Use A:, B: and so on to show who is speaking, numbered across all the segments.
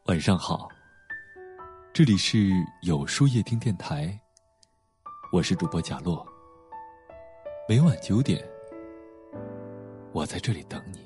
A: 晚上好，这里是有书夜听电台，我是主播贾洛。每晚9点，我在这里等你。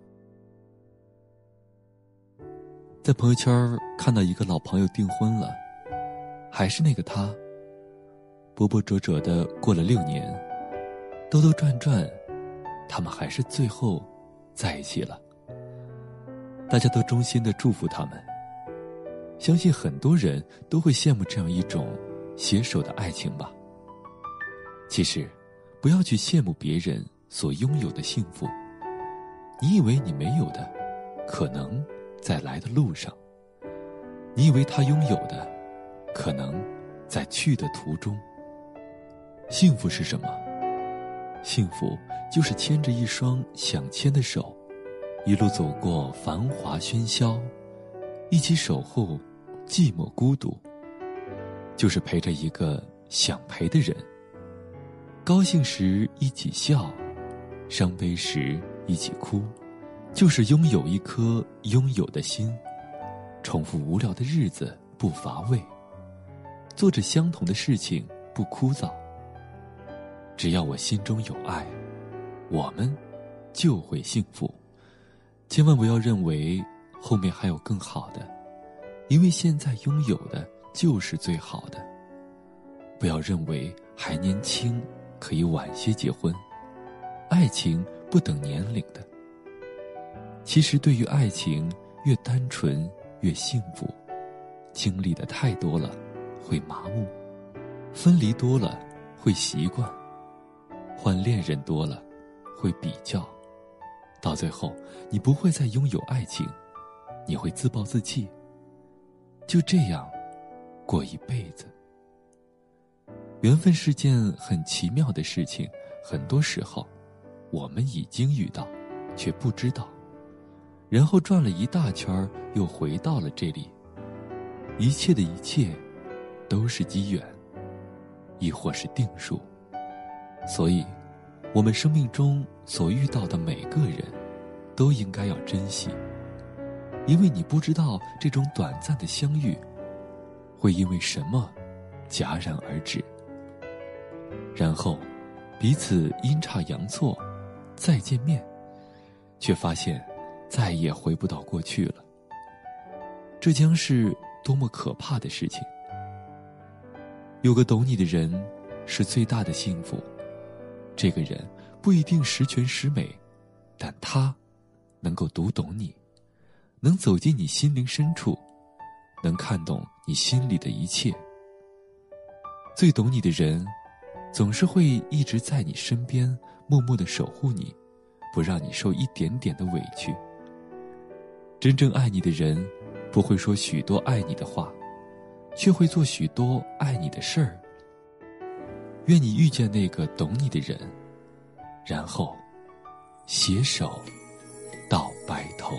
A: 在朋友圈看到一个老朋友订婚了，还是那个他，波波折折的过了6年，兜兜转转，他们还是最后在一起了。大家都衷心的祝福他们。相信很多人都会羡慕这样一种携手的爱情吧。其实，不要去羡慕别人所拥有的幸福，你以为你没有的，可能在来的路上；你以为他拥有的，可能在去的途中。幸福是什么？幸福就是牵着一双想牵的手，一路走过繁华喧嚣，一起守候寂寞孤独，就是陪着一个想陪的人，高兴时一起笑，伤悲时一起哭，就是拥有一颗拥有的心，重复无聊的日子不乏味，做着相同的事情不枯燥。只要我心中有爱，我们就会幸福。千万不要认为后面还有更好的，因为现在拥有的就是最好的。不要认为还年轻可以晚些结婚，爱情不等年龄的。其实对于爱情，越单纯越幸福。经历的太多了会麻木，分离多了会习惯，换恋人多了会比较，到最后你不会再拥有爱情，你会自暴自弃，就这样过一辈子。缘分是件很奇妙的事情，很多时候我们已经遇到却不知道，然后转了一大圈又回到了这里。一切的一切都是机缘，亦或是定数。所以我们生命中所遇到的每个人都应该要珍惜，因为你不知道这种短暂的相遇会因为什么戛然而止，然后彼此阴差阳错再见面，却发现再也回不到过去了。这将是多么可怕的事情。有个懂你的人是最大的幸福。这个人不一定十全十美，但他能够读懂你，能走进你心灵深处，能看懂你心里的一切。最懂你的人总是会一直在你身边，默默地守护你，不让你受一点点的委屈。真正爱你的人不会说许多爱你的话，却会做许多爱你的事儿。愿你遇见那个懂你的人，然后携手到白头。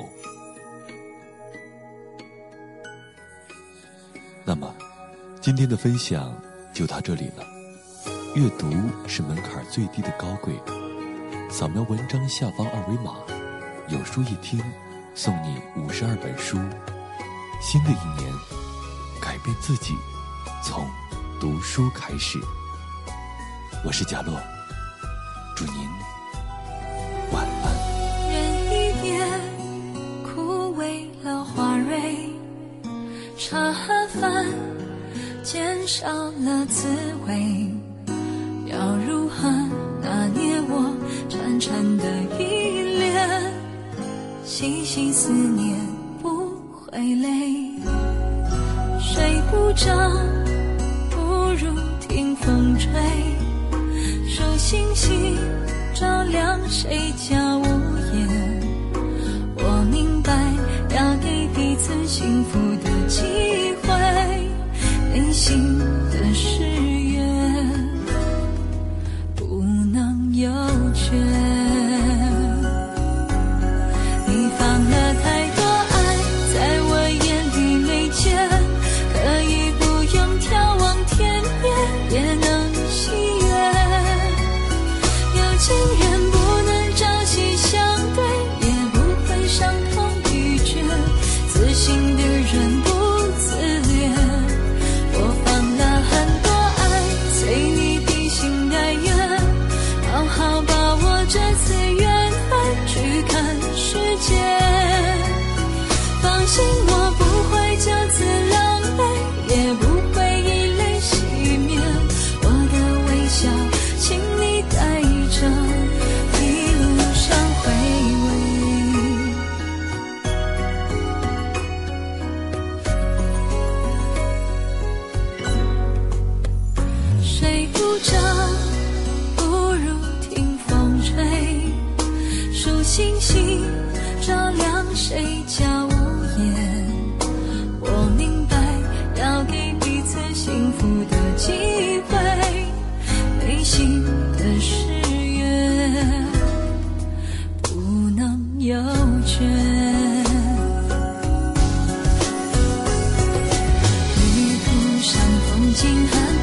A: 那么今天的分享就到这里了。阅读是门槛最低的高贵，扫描文章下方2维码，有书一听，送你52本书。新的一年，改变自己，从读书开始。我是贾洛，祝您晚安。
B: 人一别，枯萎了花蕊，茶饭减少了滋味，要如何拿捏我潺潺的依恋，细细思念不会累，睡不着不如听风吹，数星星照亮谁家屋檐，我明白要给彼此幸福的机会，内心的誓言不能有缺。你放了太多爱在我眼里没见，可以不用眺望天边也能喜悦，有情人不能朝夕相对， 界。放心，我不会就此狼狈，也不会以泪熄灭。我的微笑，请你带着，一路上回味。睡不着，不如听风吹，数星星照亮谁家屋檐。我明白，要给彼此幸福的机会，内心的誓约不能有缺。旅途上风景很